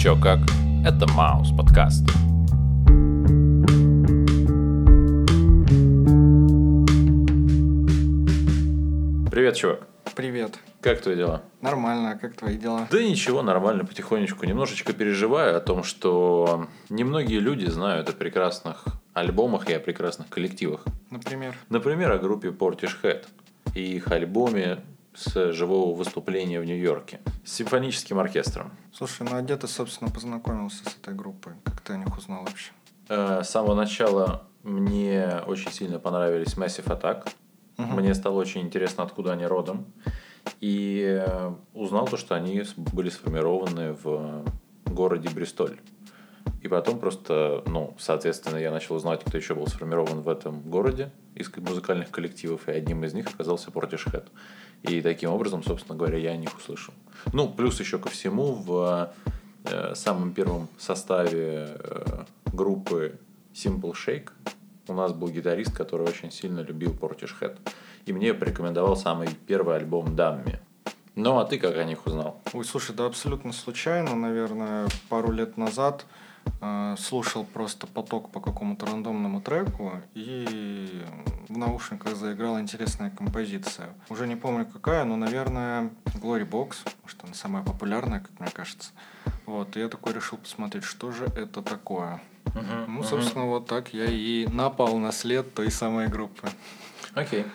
Чё как? Это Маус подкаст. Привет, чувак. Привет. Как твои дела? Нормально, а как твои дела? Да ничего, нормально, потихонечку. Немножечко переживаю о том, что немногие люди знают о прекрасных альбомах и о прекрасных коллективах. Например, о группе Portishead и их альбоме с живого выступления в Нью-Йорке с симфоническим оркестром. Слушай, ну а где ты, собственно, познакомился с этой группой? Как ты о них узнал вообще? С самого начала мне очень сильно понравились Massive Attack. Мне стало очень интересно, откуда они родом. И узнал то, что они были сформированы в городе Бристоль. И потом просто, соответственно, я начал узнавать, кто еще был сформирован в этом городе из музыкальных коллективов, и одним из них оказался Portishead. И таким образом, собственно говоря, я о них услышал. Плюс еще ко всему, в самом первом составе группы Simple Shake у нас был гитарист, который очень сильно любил Portishead. И мне порекомендовал самый первый альбом Дамми. Ну, а ты как о них узнал? Ой, слушай, да абсолютно случайно, наверное, пару лет назад слушал просто поток по какому-то рандомному треку, и в наушниках заиграла интересная композиция. Уже не помню какая, но, наверное, Glory Box, потому что она самая популярная, как мне кажется. Вот, и я такой решил посмотреть, что же это такое. Собственно, вот так я и напал на след той самой группы. Окей.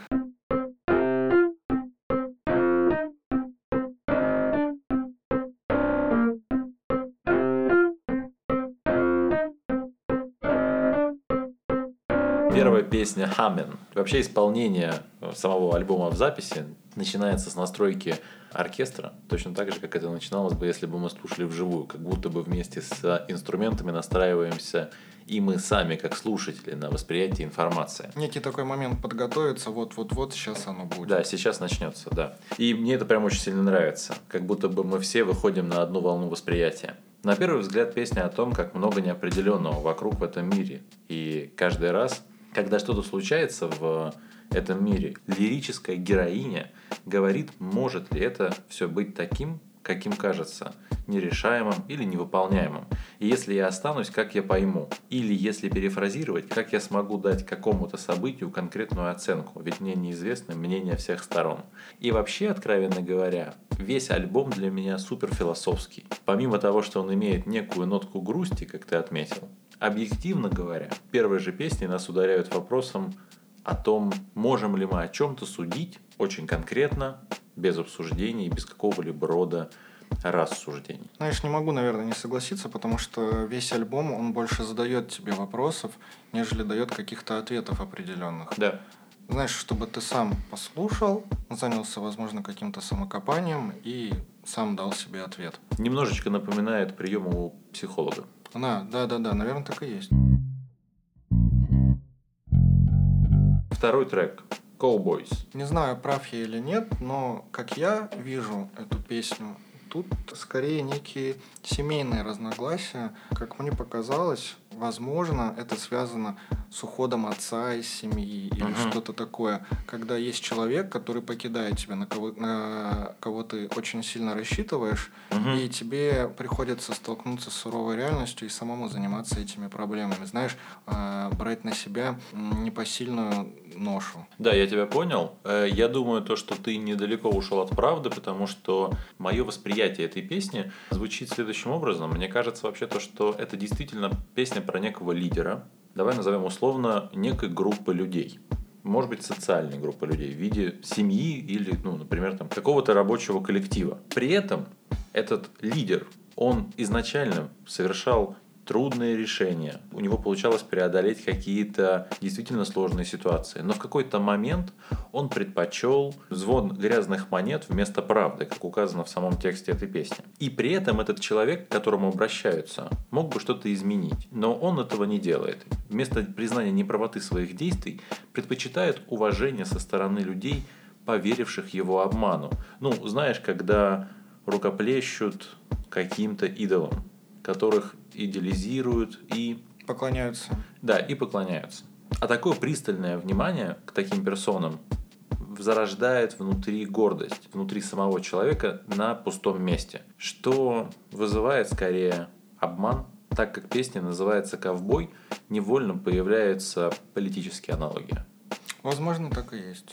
Первая песня «Хаммен». Вообще исполнение самого альбома в записи начинается с настройки оркестра, точно так же, как это начиналось бы, если бы мы слушали вживую, как будто бы вместе с инструментами настраиваемся и мы сами, как слушатели, на восприятие информации. Некий такой момент подготовиться, вот-вот-вот, сейчас оно будет. Да, сейчас начнется, да. И мне это прям очень сильно нравится, как будто бы мы все выходим на одну волну восприятия. На первый взгляд песня о том, как много неопределенного вокруг в этом мире. И каждый раз, когда что-то случается в этом мире, лирическая героиня говорит, может ли это все быть таким, каким кажется, нерешаемым или невыполняемым. И если я останусь, как я пойму? Или, если перефразировать, как я смогу дать какому-то событию конкретную оценку? Ведь мне неизвестно мнение всех сторон. И вообще, откровенно говоря, весь альбом для меня супер философский. Помимо того, что он имеет некую нотку грусти, как ты отметил, объективно говоря, первые же песни нас ударяют вопросом о том, можем ли мы о чем-то судить очень конкретно, без обсуждений, без какого-либо рода рассуждений. Знаешь, не могу, наверное, не согласиться, потому что весь альбом, он больше задает тебе вопросов, нежели дает каких-то ответов определенных. Да. Знаешь, чтобы ты сам послушал, занялся, возможно, каким-то самокопанием и сам дал себе ответ. Немножечко напоминает прием у психолога. Да, наверное, так и есть. Второй трек. Cowboys. Не знаю, прав я или нет, но как я вижу эту песню, тут скорее некие семейные разногласия. Как мне показалось, возможно, это связано с уходом отца из семьи или что-то такое. Когда есть человек, который покидает тебя, на кого ты очень сильно рассчитываешь, и тебе приходится столкнуться с суровой реальностью и самому заниматься этими проблемами. Знаешь, брать на себя непосильную ношу. Да, я тебя понял. Я думаю, то, что ты недалеко ушел от правды, потому что мое восприятие этой песни звучит следующим образом. Мне кажется вообще то, что это действительно песня про некого лидера. Давай назовем условно некой группы людей. Может быть, социальной группы людей в виде семьи или, например, какого-то рабочего коллектива. При этом этот лидер, он изначально совершал трудные решения. У него получалось преодолеть какие-то действительно сложные ситуации. Но в какой-то момент он предпочел звон грязных монет вместо правды, как указано в самом тексте этой песни. И при этом этот человек, к которому обращаются, мог бы что-то изменить. Но он этого не делает. Вместо признания неправоты своих действий предпочитает уважение со стороны людей, поверивших его обману. Знаешь, когда рукоплещут каким-то идолам, которых идеализируют и поклоняются. Да, и поклоняются. А такое пристальное внимание к таким персонам зарождает внутри гордость, внутри самого человека на пустом месте, что вызывает скорее обман. Так как песня называется «Ковбой», невольно появляются политические аналогии. Возможно, так и есть.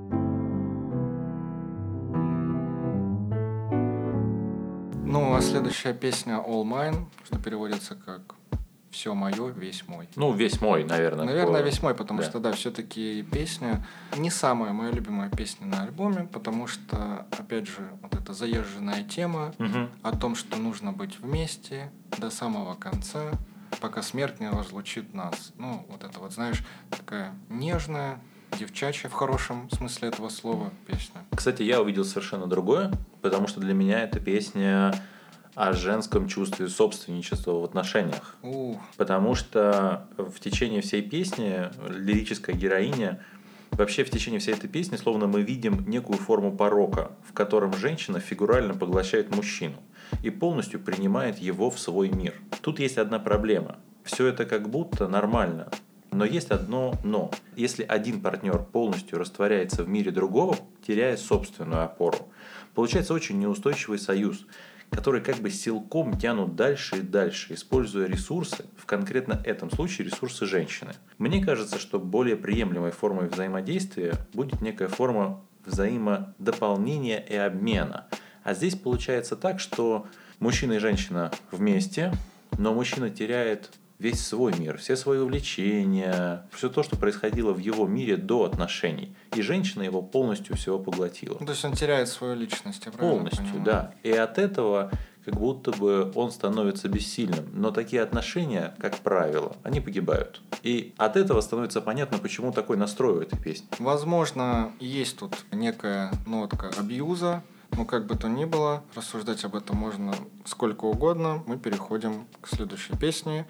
Ну, а следующая песня «All Mine», что переводится как «Все мое, весь мой». Ну, весь мой, наверное. Наверное, весь мой, потому да. что, да, все-таки песня не самая моя любимая песня на альбоме, потому что, опять же, вот эта заезженная тема о том, что нужно быть вместе до самого конца, пока смерть не разлучит нас. Ну, вот это вот, знаешь, такая нежная, девчачья в хорошем смысле этого слова песня. Кстати, я увидел совершенно другое, потому что для меня эта песня о женском чувстве собственничества в отношениях. Потому что в течение всей песни лирическая героиня, вообще в течение всей этой песни, словно мы видим некую форму порока, в котором женщина фигурально поглощает мужчину и полностью принимает его в свой мир. Тут есть одна проблема. Все это как будто нормально. Но есть одно «но». Если один партнер полностью растворяется в мире другого, теряя собственную опору, получается очень неустойчивый союз, который как бы силком тянут дальше и дальше, используя ресурсы, в конкретно этом случае ресурсы женщины. Мне кажется, что более приемлемой формой взаимодействия будет некая форма взаимодополнения и обмена. А здесь получается так, что мужчина и женщина вместе, но мужчина теряет весь свой мир, все свои увлечения, все то, что происходило в его мире до отношений. И женщина его полностью всего поглотила. То есть он теряет свою личность, я правильно полностью, понимаю? Да. И от этого как будто бы он становится бессильным. Но такие отношения, как правило, они погибают. И от этого становится понятно, почему такой настрой у этой песни. Возможно, есть тут некая нотка абьюза, но как бы то ни было, рассуждать об этом можно сколько угодно. Мы переходим к следующей песне.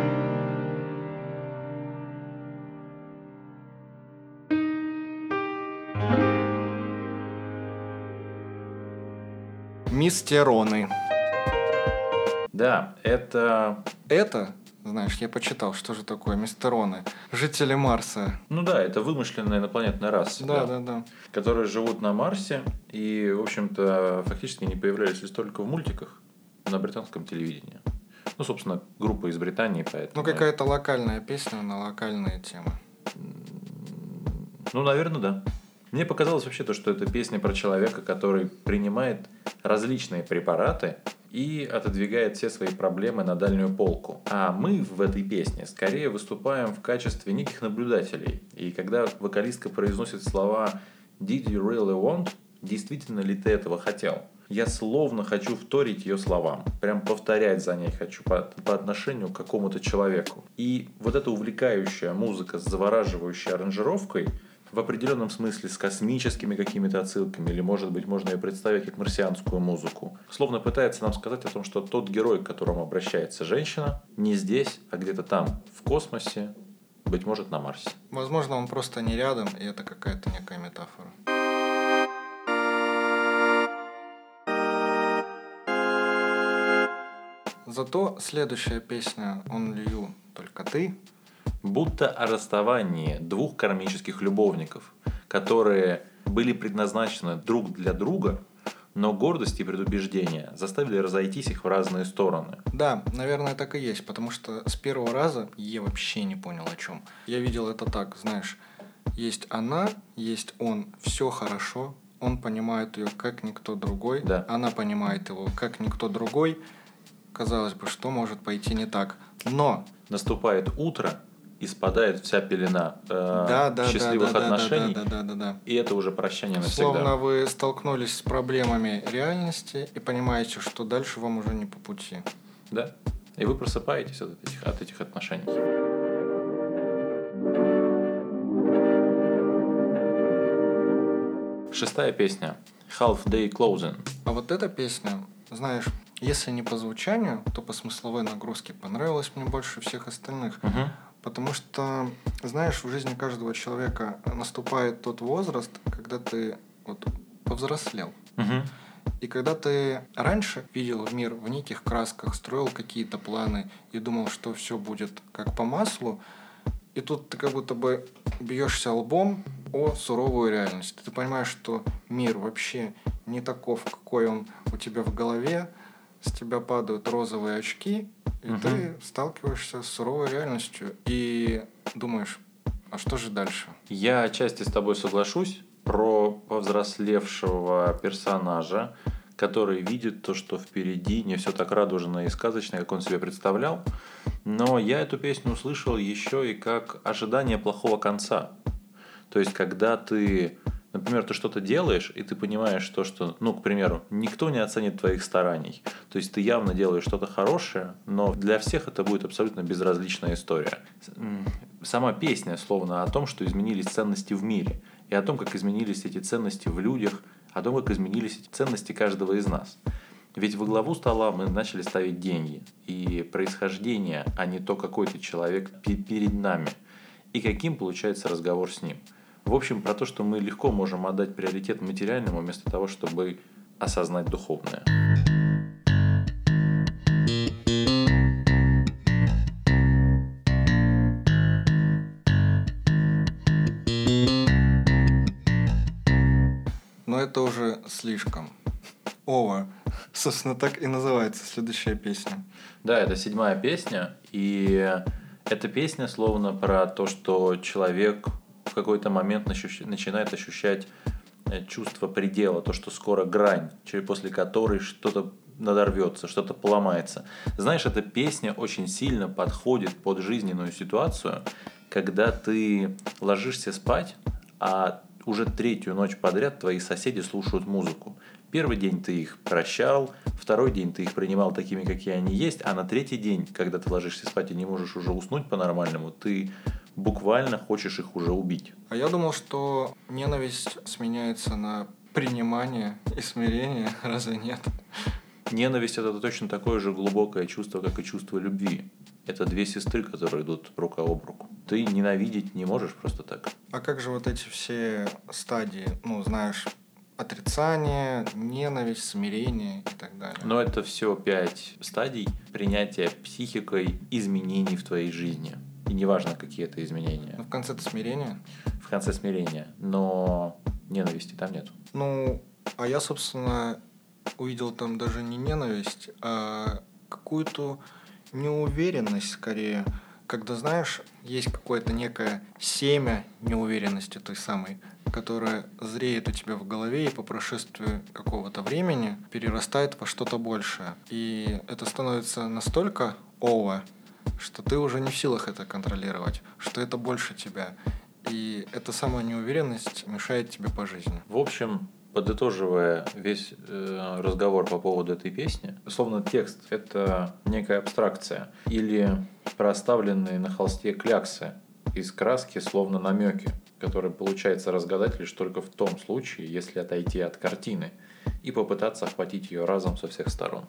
Мистероны. Да, это... Знаешь, я почитал, что же такое мистероны. Жители Марса. Ну да, это вымышленная инопланетная раса. Да. Которые живут на Марсе и, в общем-то, фактически не появлялись лишь только в мультиках на британском телевидении. Ну, собственно, группа из Британии, поэтому... Ну, какая-то локальная песня на локальные темы. Ну, наверное, да. Мне показалось вообще то, что это песня про человека, который принимает различные препараты и отодвигает все свои проблемы на дальнюю полку. А мы в этой песне скорее выступаем в качестве неких наблюдателей. И когда вокалистка произносит слова «Did you really want?» «Действительно ли ты этого хотел?» Я словно хочу вторить ее словам. Прям повторять за ней хочу по отношению к какому-то человеку. И вот эта увлекающая музыка с завораживающей аранжировкой, в определенном смысле с космическими какими-то отсылками, или, может быть, можно ее представить как марсианскую музыку, словно пытается нам сказать о том, что тот герой, к которому обращается женщина, не здесь, а где-то там, в космосе, быть может, на Марсе. Возможно, он просто не рядом, и это какая-то некая метафора. Зато следующая песня «Only You», «Только ты», будто о расставании двух кармических любовников, которые были предназначены друг для друга, но гордость и предубеждение заставили разойтись их в разные стороны. Да, наверное, так и есть, потому что с первого раза я вообще не понял, о чем. Я видел это так, знаешь, есть она, есть он, все хорошо, он понимает ее как никто другой, да. Она понимает его как никто другой. Казалось бы, что может пойти не так, но... Наступает утро, и спадает вся пелена счастливых отношений, и это уже прощание навсегда. Словно вы столкнулись с проблемами реальности и понимаете, что дальше вам уже не по пути. Да, и вы просыпаетесь от этих отношений. Шестая песня «Half Day Closing». А вот эта песня, знаешь, если не по звучанию, то по смысловой нагрузке понравилась мне больше всех остальных. Потому что, знаешь, в жизни каждого человека наступает тот возраст, когда ты вот повзрослел. И когда ты раньше видел мир в неких красках, строил какие-то планы и думал, что все будет как по маслу, и тут ты как будто бы бьешься лбом о суровую реальность. Ты понимаешь, что мир вообще не таков, какой он у тебя в голове, с тебя падают розовые очки, И ты сталкиваешься с суровой реальностью и думаешь, а что же дальше? Я отчасти с тобой соглашусь про повзрослевшего персонажа, который видит то, что впереди не все так радужно и сказочно, как он себе представлял. Но я эту песню услышал еще и как ожидание плохого конца. То есть, когда ты, например, ты что-то делаешь, и ты понимаешь то, что, ну, к примеру, никто не оценит твоих стараний. То есть, ты явно делаешь что-то хорошее, но для всех это будет абсолютно безразличная история. Сама песня словно о том, что изменились ценности в мире, и о том, как изменились эти ценности в людях, о том, как изменились эти ценности каждого из нас. Ведь во главу стола мы начали ставить деньги и происхождение, а не то, какой ты человек перед нами, и каким получается разговор с ним. В общем, про то, что мы легко можем отдать приоритет материальному вместо того, чтобы осознать духовное. Но это уже слишком. Over. Собственно, так и называется следующая песня. Да, это 7-я песня, и эта песня словно про то, что человек в какой-то момент начинает ощущать чувство предела, то, что скоро грань, после которой что-то надорвется, что-то поломается. Знаешь, эта песня очень сильно подходит под жизненную ситуацию, когда ты ложишься спать, а уже 3-ю ночь подряд твои соседи слушают музыку. Первый день ты их прощал, второй день ты их принимал такими, какие они есть, а на 3-й день, когда ты ложишься спать и не можешь уже уснуть по-нормальному, ты буквально хочешь их уже убить. А я думал, что ненависть сменяется на принимание и смирение. Разве нет? Ненависть – это точно такое же глубокое чувство, как и чувство любви. Это 2 сестры, которые идут рука об руку. Ты ненавидеть не можешь просто так. А как же вот эти все стадии, знаешь, отрицание, ненависть, смирение и так далее? Но это все 5 стадий принятия психикой изменений в твоей жизни. И неважно, какие это изменения. В конце-то смирение. В конце смирения. Но ненависти там нет. А я, собственно, увидел там даже не ненависть, а какую-то неуверенность скорее. Когда, знаешь, есть какое-то некое семя неуверенности той самой, которая зреет у тебя в голове и по прошествии какого-то времени перерастает во что-то большее. И это становится настолько что ты уже не в силах это контролировать, что это больше тебя. И эта самая неуверенность мешает тебе по жизни. В общем, подытоживая весь разговор по поводу этой песни, словно текст – это некая абстракция или проставленные на холсте кляксы из краски, словно намеки, которые получается разгадать лишь только в том случае, если отойти от картины и попытаться охватить ее разом со всех сторон.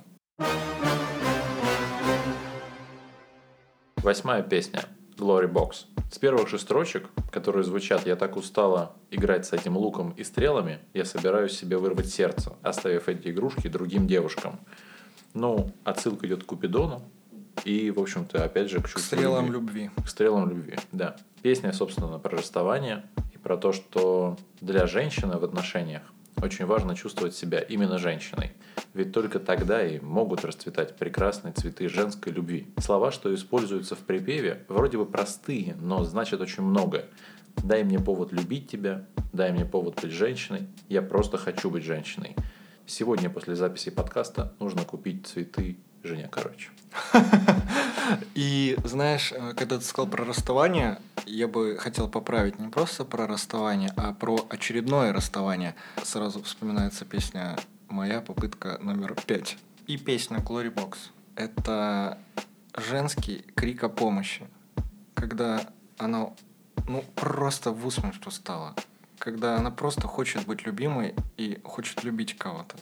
8-я песня Glory Box. С первых же строчек, которые звучат: «Я так устала играть с этим луком и стрелами, я собираюсь себе вырвать сердце, оставив эти игрушки другим девушкам». Отсылка идет к Купидону и, в общем-то, опять же, к чувству стрелам любви. К стрелам любви, да. Песня, собственно, про расставание и про то, что для женщины в отношениях очень важно чувствовать себя именно женщиной. Ведь только тогда и могут расцветать прекрасные цветы женской любви. Слова, что используются в припеве, вроде бы простые, но значат очень много. «Дай мне повод любить тебя», «Дай мне повод быть женщиной», «Я просто хочу быть женщиной». Сегодня после записи подкаста нужно купить цветы жене, короче. И знаешь, когда ты сказал про расставание, я бы хотел поправить не просто про расставание, а про очередное расставание. Сразу вспоминается песня «Моя попытка номер 5». И песня «Glory Box». Это женский крик о помощи. Когда она просто в усмерть устала. Когда она просто хочет быть любимой и хочет любить кого-то.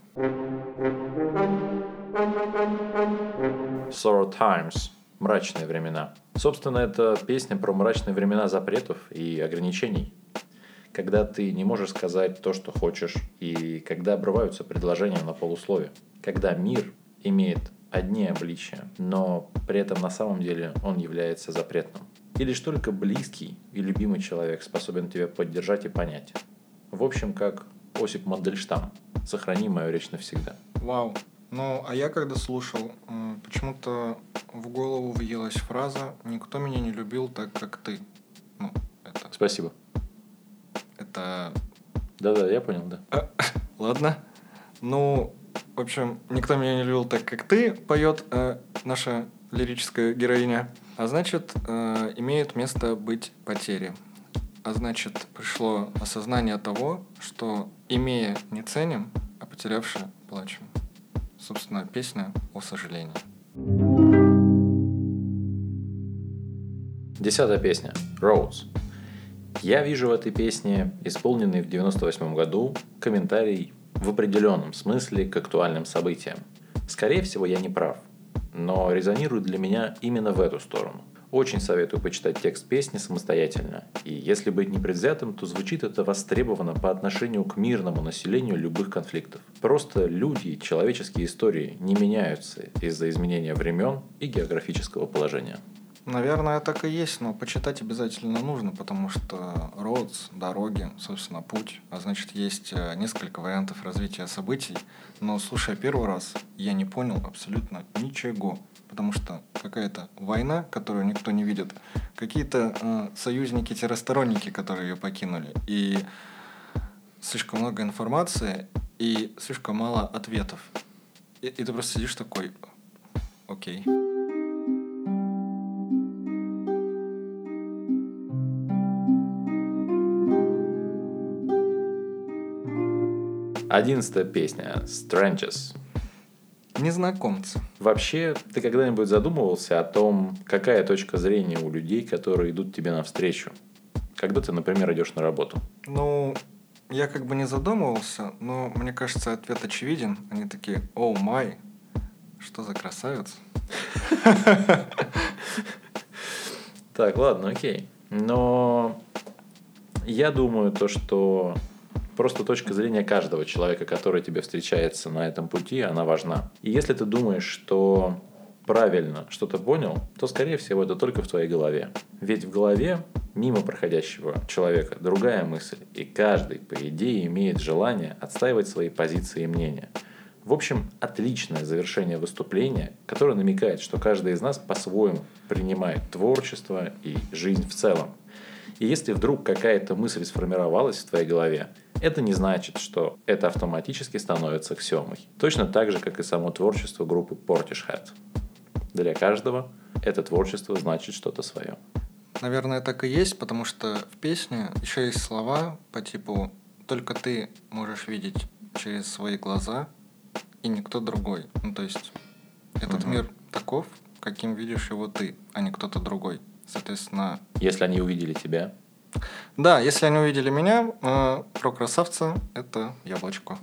Sorrow Times. Мрачные времена. Собственно, это песня про мрачные времена запретов и ограничений. Когда ты не можешь сказать то, что хочешь, и когда обрываются предложения на полуслове. Когда мир имеет одни обличия, но при этом на самом деле он является запретным. И лишь только близкий и любимый человек способен тебя поддержать и понять. В общем, как Осип Мандельштам. Сохрани мою речь навсегда. Вау. А я когда слушал, почему-то в голову въелась фраза «Никто меня не любил так, как ты». Ну, это... Спасибо. Это... Да-да, я понял, да. Ладно. Ну, в общем, «Никто меня не любил так, как ты» поет наша лирическая героиня. А значит, имеет место быть потери. А значит, пришло осознание того, что, имея, не ценим, а потерявши, плачем. Собственно, песня о сожалении. 10-я песня. Rose. Я вижу в этой песне, исполненный в 98 году, комментарий в определенном смысле к актуальным событиям. Скорее всего, я не прав, но резонирует для меня именно в эту сторону. Очень советую почитать текст песни самостоятельно, и если быть непредвзятым, то звучит это востребованно по отношению к мирному населению любых конфликтов. Просто люди и человеческие истории не меняются из-за изменения времен и географического положения. Наверное, так и есть, но почитать обязательно нужно, потому что roads, дороги, собственно, путь, а значит, есть несколько вариантов развития событий, но, слушая первый раз, я не понял абсолютно ничего, потому что какая-то война, которую никто не видит, какие-то союзники-сторонники, которые ее покинули, и слишком много информации, и слишком мало ответов. И ты просто сидишь такой, окей. 11-я песня. Strangers. Незнакомцы. Вообще, ты когда-нибудь задумывался о том, какая точка зрения у людей, которые идут тебе навстречу? Когда ты, например, идешь на работу? Ну, я как бы не задумывался, но мне кажется, ответ очевиден. Они такие, оу май, что за красавец. Так, ладно, окей. Но я думаю, что просто точка зрения каждого человека, который тебе встречается на этом пути, она важна. И если ты думаешь, что правильно что-то понял, то, скорее всего, это только в твоей голове. Ведь в голове мимо проходящего человека другая мысль, и каждый, по идее, имеет желание отстаивать свои позиции и мнения. В общем, отличное завершение выступления, которое намекает, что каждый из нас по-своему принимает творчество и жизнь в целом. И если вдруг какая-то мысль сформировалась в твоей голове, это не значит, что это автоматически становится аксиомой. Точно так же, как и само творчество группы Portishead. Для каждого это творчество значит что-то свое. Наверное, так и есть, потому что в песне еще есть слова по типу «только ты можешь видеть через свои глаза и никто другой». Ну, то есть этот мир таков, каким видишь его ты, а не кто-то другой. Соответственно... Если они увидели тебя. Да, если они увидели меня, про красавца — это яблочко.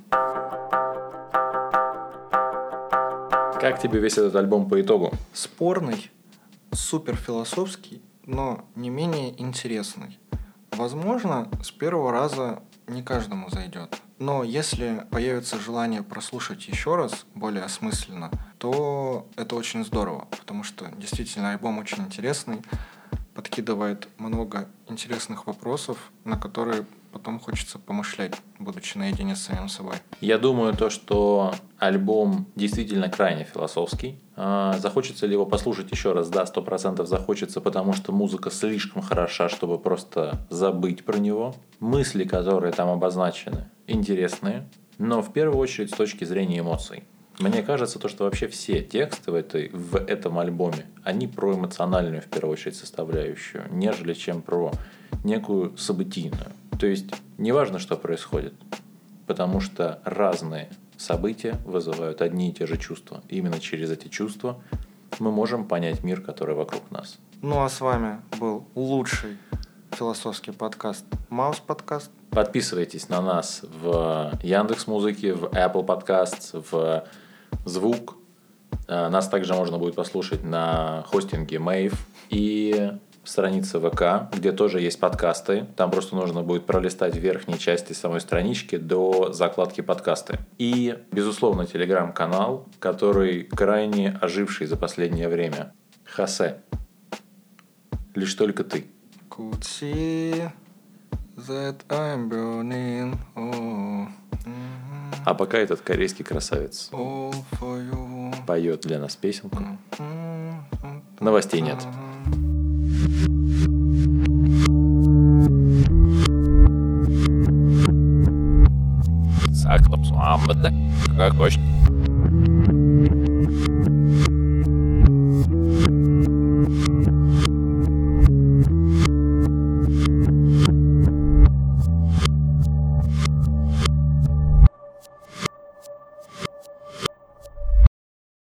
Как тебе весь этот альбом по итогу? Спорный, супер философский, но не менее интересный. Возможно, с первого раза не каждому зайдет. Но если появится желание прослушать еще раз, более осмысленно, то это очень здорово, потому что действительно альбом очень интересный, подкидывает много интересных вопросов, на которые потом хочется помышлять, будучи наедине с самим собой. Я думаю, что альбом действительно крайне философский. Захочется ли его послушать еще раз? Да, 100% захочется, потому что музыка слишком хороша, чтобы просто забыть про него. Мысли, которые там обозначены, интересные, но в первую очередь с точки зрения эмоций. Мне кажется, что вообще все тексты в этом альбоме, они про эмоциональную, в первую очередь, составляющую, нежели чем про некую событийную. То есть, неважно, что происходит, потому что разные события вызывают одни и те же чувства. И именно через эти чувства мы можем понять мир, который вокруг нас. Ну а с вами был лучший философский подкаст Маус подкаст. Подписывайтесь на нас в Яндекс.Музыке, в Apple Podcasts, в Звук. Нас также можно будет послушать на хостинге Mave и странице ВК, где тоже есть подкасты. Там просто нужно будет пролистать в верхней части самой странички до закладки подкасты. И, безусловно, телеграм-канал, который крайне оживший за последнее время. Хосе. Лишь только ты. Could see that I'm burning. Oh. А пока этот корейский красавец All for you. поет для нас песенку. Новостей нет. Саклап суамбада, как хочешь.